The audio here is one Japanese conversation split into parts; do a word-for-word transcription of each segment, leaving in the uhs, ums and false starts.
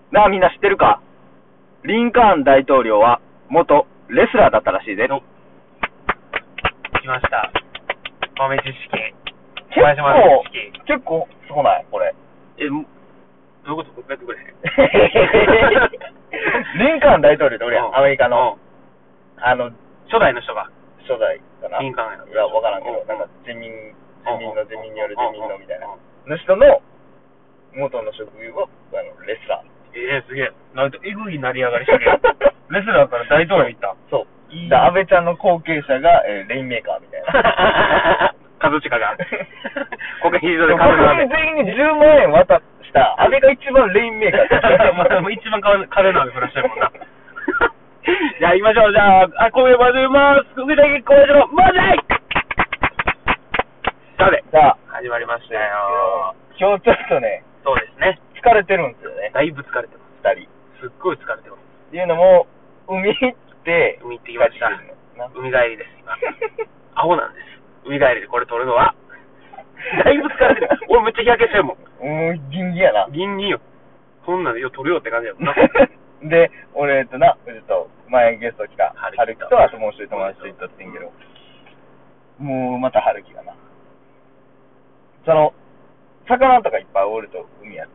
なあ、みんな知ってるか？リンカーン大統領は元レスラーだったらしいで。 来ました。豆知識。 結構、結構すごないこれ。 え、どういうこと僕やってくれへん。 リンカーン大統領っておるやん、アメリカの。あの、 初代の人が。 初代かな。 リンカーンや。 いや、わからんけど、なんか人民、人民の人民による人民のみたいな。の人の元の職業は、あの、レスラー。 ええ、すげえ。なんと、えぐい成り上がりしてる。レスラーから大統領行った。 そう。だ安倍ちゃんの後継者が、えー、レインメーカーみたいな。 数近が。国民で国民全員にじゅうまんえん渡した安倍が一番レインメーカーまあ、一番金のある暮らしてるもんな。じゃあ、行きましょう。じゃあ、あ、声混ぜます。首だけ声しろ。マジさて、 さあ、 始まりましたよ。 今日ちょっとね、 そうですね。 疲れてるんですよね。 だいぶ疲れてます。二人。すっごい疲れてます。 っていうのも、海行って、 海行ってきました。海帰りです、今。アホなんです。海帰りでこれ撮るのは。だいぶ疲れてる。俺めっちゃ日焼けしてるもん。 もうギンギンやな。 ギンギンよ。こんなんでよ、撮るよって感じやもんな。 で、俺、えっとな、ちょっと前ゲスト来た、春樹と、あともう一人友達と行ったってんけど、もうまた春樹がな。その、魚とかいっぱいおると海やって、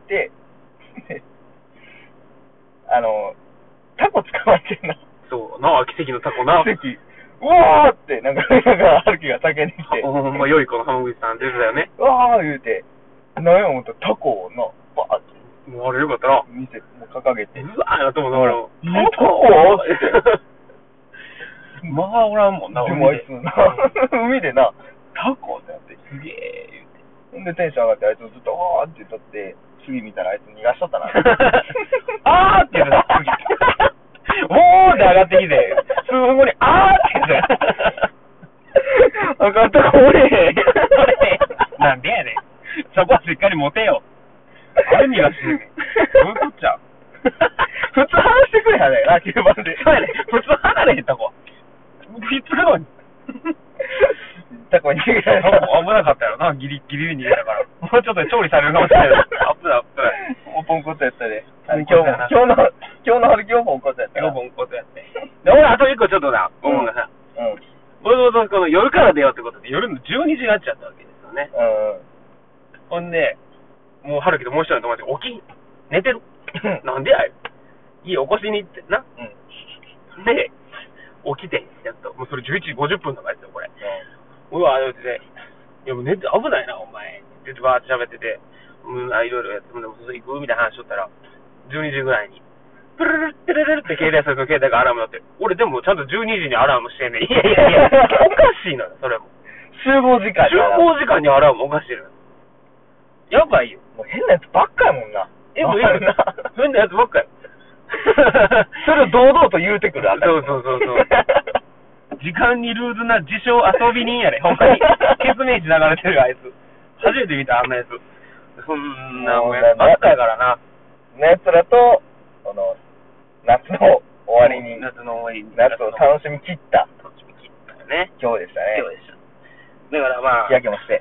あの、タコ捕まえてんな。 そうな、奇跡のタコな。 奇跡。うわーって、なんか、なんか、春樹が叫んできて。 ほんま、良い子の浜口さん出てたよね。 うわー言うて、何や思ったらタコをな、バーって。 もうあれよかったな。 見せ、もう掲げて。 うわーなと思ったから。 タコって。 まあ、おらんもんな、 でもあいつな、海でな、タコってなって、すげー言うて。ほんでテンション上がって、あいつずっと、あーって言っとって、次見たらあいつ逃がしとったな。 あーって言ってた、次。おーって上がってきて、数分後に、あーって言って。 あかんたこおれへん。 なんでやねん。そこはしっかり持てよ。あれ逃がしてんねん。どういうこっちゃ。 普通話してくれやねんな、吸盤で。 そうやねん。普通離れへんタコ。ひっつくのに。 タコに逃げられた。 危なかったよな、ギリギリで逃げたから。もうちょっとで調理されるかもしれない。アップだ、アップだ。 もうポンコツやったで。今日も、今日の、今日の春今日ポンコツやった。 今日ポンコツやって。で、俺あと一個ちょっとな、思うのがさ、うん。俺もこの夜から出ようってことで、夜のじゅうにじになっちゃったわけですよね。 うん。 ほんで、もう春樹ともう一人の友達が起き、寝てる。なんでや家起こしに行ってな。うん。で、起きて、やっと。もうそれじゅういちじごじゅっぷんとかやつよ、これ。うん。うわ、言うて、いやもう寝て危ないな、お前。って言ってバーって喋ってて、うん、あ、いろいろやって、でもそれ行くみたいな話しとったら、じゅうにじぐらいに、プルルルテレレルって携帯すると携帯がアラームだって。俺でもちゃんとじゅうにじにアラームしてんねん。いやいやいや、おかしいのよ、それも。 集合時間集合時間にアラームおかしいのよ。やばいよ。 もう変なやつばっかやもんな。 え、もういいよ。変なやつばっかよ。 それを堂々と言うてくるあたり。 そうそうそうそう。時間にルーズな自称遊び人やね、ほんまに。ケツメイチ流れてるあいつ。初めて見た、あんなやつ。そんなもんやばっかやからな。 のやつらと、この、夏の終わりに、 夏の終わりに。 夏を楽しみ切った。 楽しみ切ったよね。 今日でしたね。 今日でした。だからまあ。 日焼けもして。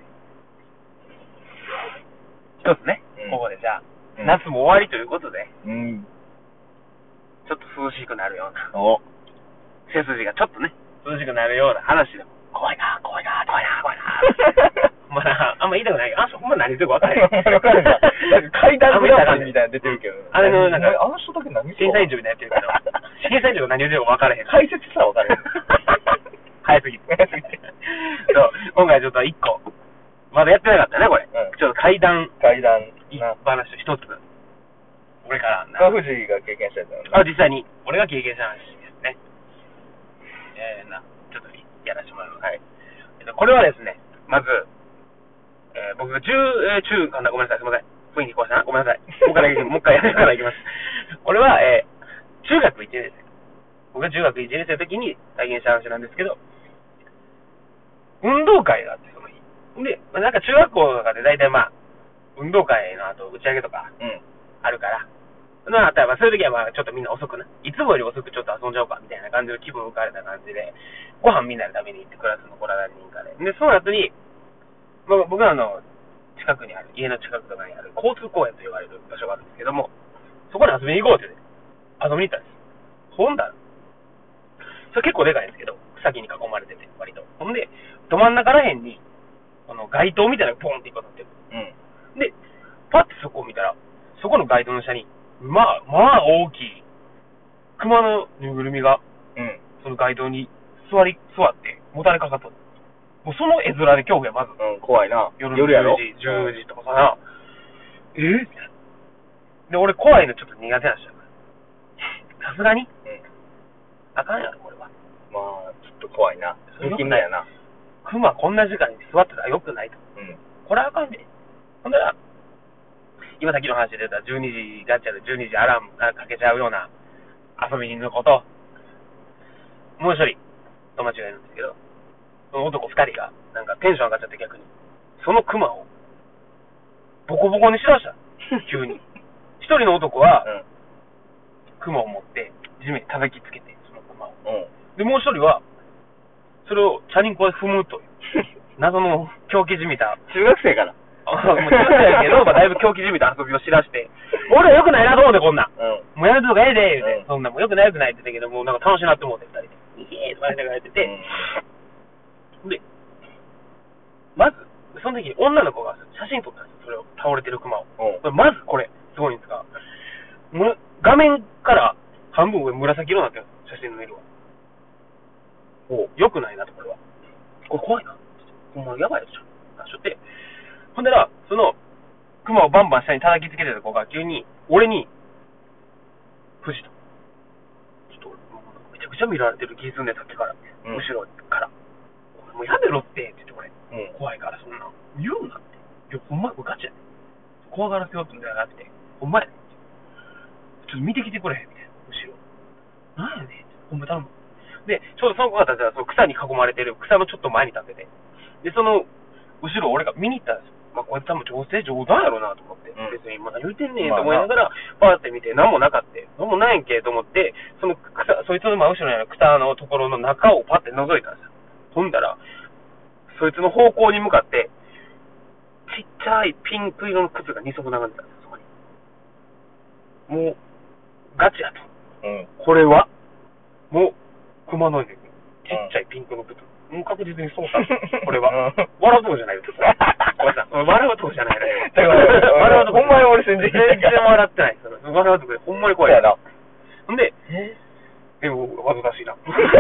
一つね、うん、ここでじゃあ、うん、夏も終わりということで、 うん、 ちょっと涼しくなるような、 お背筋がちょっとね、涼しくなるような話でも、怖いな、怖いな、怖いな、怖いな。まあ、あんま言いたくないけど、あの人ほんま何言ってるか分からへん。 分からへんな。なんか階段グランプリみたいなの出てるけど、 あれの、なんか、 あの人だけ何審査委員長みたいなやってるけど、審査委員長が何言ってるか分からへん。 解説したら分からへん。 早すぎて。早すぎて。そう、今回ちょっと一個。まだやってなかったね、これ。うん、ちょっと階段。 階段。 話一つ。俺からな。 藤井が経験したやつだよね。 あ、実際に。俺が経験した話ですね。えー、な、ちょっとやらせてもらう。はい。えっと、これはですね、まず、えー、僕が中、えー、中かな、ごめんなさい、すみません。雰囲気壊したな。ごめんなさい。もう一回、もう一回やるからいきます。俺は、えー、中学いちねん生。僕が中学いちねん生の時に体験した話なんですけど、運動会があって、その日。で、なんか中学校とかで大体まあ、運動会の後打ち上げとかあるから、うん、まあ、例えばそういう時はまあちょっとみんな遅くな、いつもより遅くちょっと遊んじゃおうかみたいな感じの気分を浮かれた感じで、ご飯みんなで食べに行ってクラスの子ら何人かで。で、その後に、まあ、僕らの近くにある、家の近くとかにある交通公園と呼ばれる場所があるんですけども、 そこに遊びに行こうって言って、遊びに行ったんです。ほんだら、それ結構でかいんですけど、草木に囲まれてて、割と。ほんで、ど真ん中らへんに、あの、街灯みたいなのがポンって一個立ってる。うん。で、パッてそこを見たら、そこの街灯の下に、まあ、まあ大きい、熊のぬいぐるみが、うん、その街灯に座り、座って、もたれかかっとる。もうその絵面で恐怖や、まず。 うん、怖いな。 夜のじゅうじ、じゅうじとかかな。うん、えー、で、俺怖いのちょっと苦手なんですよ。さすがに、うん、あかんやろ、これは。 まあ、ちょっと怖いな。不気味やな。 熊こんな時間に座ってたらよくないと。うん。これはあかんで。ほんだら、今さっきの話で出たじゅうにじガチャでじゅうにじアラームかけちゃうような遊び人のこと、もう一人、友達がいるんですけど、その男二人が、なんかテンション上がっちゃって逆に、その熊を、ボコボコにしだした。急に。一人の男は、うん、熊を持って、地面に叩きつけて、その熊を。うん、で、もう一人は、それをチャリンコで踏むという、謎の狂気じみた。 中学生かな。 もう中学生やけど、まあ、だいぶ狂気じみた遊びをしだして、俺は良くないなと思って、こんなん。うん、もうやめとかええで、言うて、うん、そんなもう良くない良くないって言ったけど、もうなんか楽しいなって思って、二人で。イエーイとかやりながらやってて、うん、で、まず、その時に女の子が写真撮ったんですよ、それを、倒れてる熊を。うん、まずこれ、すごいんですが、画面から半分上紫色になってるんですよ、写真の色は。お良くないなと、これは。これ怖いな。ほんまやばいでしょ。しょって。ほんでら、その、熊をバンバン下に叩きつけてた子が急に、俺に、藤と。ちょっと、めちゃくちゃ見られてる気すんねん、さっきから。うん、後ろから。もうやめろって、って言ってこれ。うん、怖いから、そんな。言うなって。いや、ほんま、ガチやねん。怖がらせようってんじゃなくて、ほんまやねん。ちょっと見てきてくれ、みたいな、後ろ。なんやねんって、ほんま頼む。で、ちょうどその子がたちはその草に囲まれてる草のちょっと前に立ってて、で、その後ろ俺が見に行ったんですよ。まあ、これ多分女性冗談やろうなと思って、うん、別にまだ言うてんねんと思いながら、パーって見て、何もなかった。何もないんけと思って、その草、そいつの真後ろにある草のところの中をパって覗いたんですよ。ほんだら、そいつの方向に向かって、ちっちゃいピンク色の靴がに足流れてたんですよ、そこに。もう、ガチやと。うん、これは、もう、熊のちっちゃいピンクの靴。もう確実にそうか。これは。笑うとこじゃないよ。ごめんなさい。笑うとこじゃないね。笑うとこ。ほんまに俺信じて全然笑ってない。笑うとこでほんまに怖い。な。ほんで、でも、恥ずかしいな。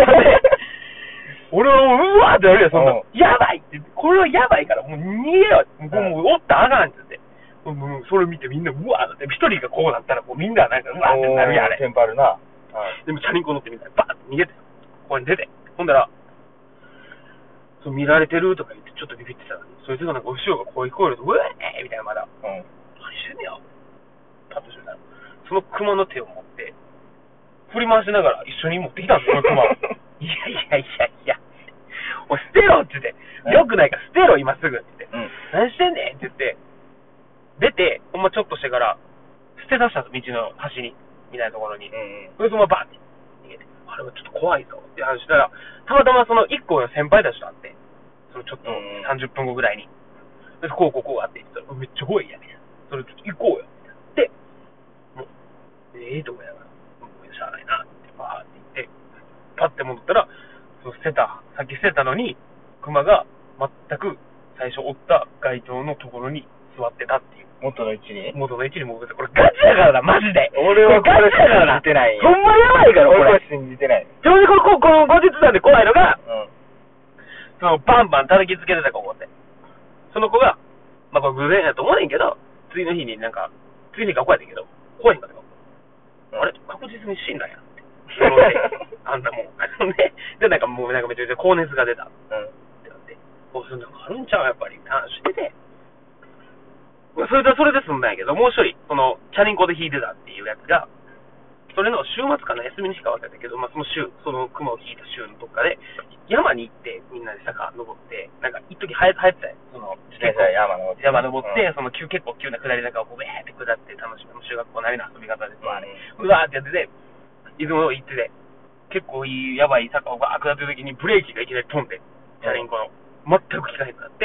俺はもう、うわーってなるよ、そんな。やばいって。これはやばいから、もう逃げよう。もう、おったらあかんって言って。もうそれ見てみんな、うわーって。一人がこうなったら、もうみんななんか、うわーってなるやん、あれ。 テンパるな。 でも、チャリンコ乗ってみんな、バーって逃げて、ここに出て。ほんだら、そう見られてるとか言ってちょっとビビってたのに、そいつがなんか後ろが声聞こえると、うわーみたいなまだ。うん。何してんねや。パッとしてたら、その熊の手を持って、振り回しながら一緒に持ってきたんですよ、熊を。いやいやいやいや、おい捨てろって言って、うん、よくないから捨てろ今すぐって言って、うん、何してんねんって言って、出て、ほんまちょっとしてから、捨て出したんです、道の端に、みたいなところに。うんうん、それそのままバーって逃げて、あれはちょっと怖いぞって話したら、たまたまそのいっこの先輩たちと会って、そのちょっとさんじゅっぷんごぐらいに、でこうこうこうあって言ってたら、めっちゃ怖いやみたいな。それちょっと行こうよみたいな。で、もう、ええー、と思いながら、もうしゃあないなって、バーって言って、パッて戻ったら、その捨てた、さっき捨てたのに、熊が全く最初折った街灯のところに座ってたっていう。 元の位置に元の位置に戻って、これガチだからな、マジで。 俺はこれ信じてないよ。 ほんまやばいから、これ。 俺は信じてない。 ちょうどこの、この後日談で怖いのが、うん、そのバンバン叩きつけてた子って。その子が、まあこれ偶然やと思うねんけど、次の日になんか、次の日学校やったけど、怖いんかとか、うん、あれ確実に死んだんやって。あんなもん。で、で、なんかもうなんかめちゃめちゃ高熱が出た。うん。ってなって、こうするのあるんちゃうやっぱり、話してて。それで、それで済んだんやけど、もう一人、その、チャリンコで引いてたっていうやつが、それの週末かな、休みにしか忘れたけど、まあその週、その熊を引いた週のどっかで、山に行って、みんなで坂登って、なんか、一時流行ってたよ。その、 自転車山登って。 山登って、うん、その急、結構急な下り坂をこう、ウェーって下って楽しむ、中学校なりの遊び方ですわ、あれ。うわーってやってて、出雲行ってて、結構いい、やばい坂をバーッ下ってる時にブレーキがいきなり飛んで、チャリンコの、全く効かへんくなって、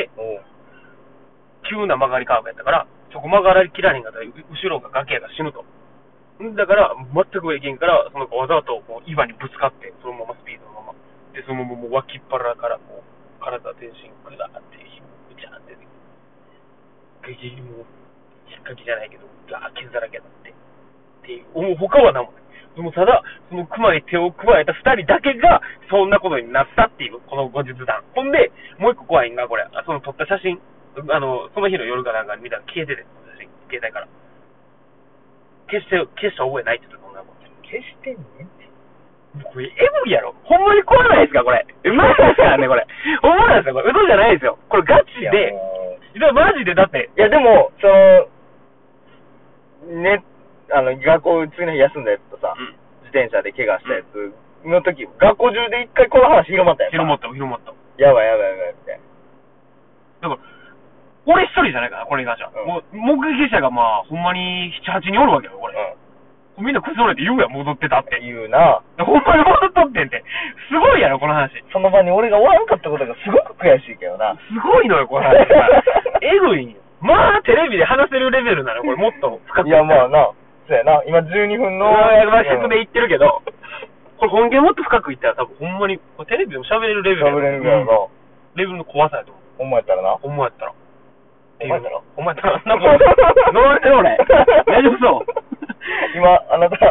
急な曲がりカーブやったから、そこ曲がりきらへんかったら、後ろが崖やから死ぬと。 だから、全く上行けんから、その子わざとこう岩にぶつかって、そのままスピードのまま。で、そのままもう脇っ腹からこう、体全身くだって、ひむちゃって、ギリギリもう、引っかきじゃないけど、ガー傷だらけになって。っていう、もう他は何もない。でもただ、その熊に手を加えた二人だけが、そんなことになったっていう、この後日談。ほんで、もう一個怖いんが、これ、その撮った写真、あの、その日の夜かなんかに見たら消えてて、写真、携帯から。消して、消した覚えないって言ってた、そんなこと。 消してんねん。 これ、エブリやろ。ほんまに怖ないですか、これ。うまいですからね、これ。ほんまなんですよ、これ。嘘じゃないですよ。これガチで。いや、マジで、だって。 いや、でも、その、ね、あの、学校次の日休んだやつとさ、うん、自転車で怪我したやつの時、うん、学校中で一回この話広まったやん。 広まった、広まった。 やばいやばいやばい、みたいな。だから、俺一人じゃないかな、これに関しては。うん、もう、目撃者がまあ、ほんまに七八人おるわけよ、これ。うん、みんなくそれて言うやん、戻ってたって。 言うな。 ほんまに戻っとってんて。すごいやろ、この話。 その場に俺がおらんかったことがすごく悔しいけどな。 すごいのよ、この話。えぐいんよ。まあ、テレビで話せるレベルなの、これ、もっと深く。 いや、まあな。そうやな。今じゅうにふんの。 まあ、尺で言ってるけど、これ本気でもっと深く言ったら多分ほんまに、テレビでも喋れるレベル。 喋れるぐらいの。 レベルの怖さやと思う。 ほんまやったらな。 ほんまやったら。 ほんまやったらほんまやったら。なんか、乗られてる俺。大丈夫そう今、あなた。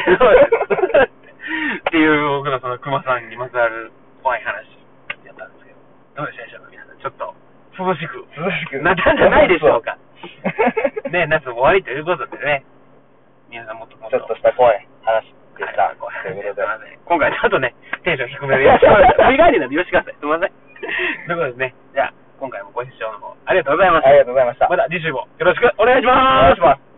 っていう、僕のその熊さんにまつわる怖い話やったんですけど、どうでしたでしょうか、皆さん。ちょっと、涼しく。 涼しく。 なったんじゃないでしょうか。ね、夏も終わりということでね。皆さんもっともっと。 ちょっとした怖い話でした。 はい、怖い話ということで。今回ちょっとね、テンション低めでやってしまいました。振り返りなんでよろしください。すみません。ということですね。じゃあ、今回もご視聴の方、ありがとうございました。 ありがとうございました。 また次週もよろしくお願いします。 お願いします。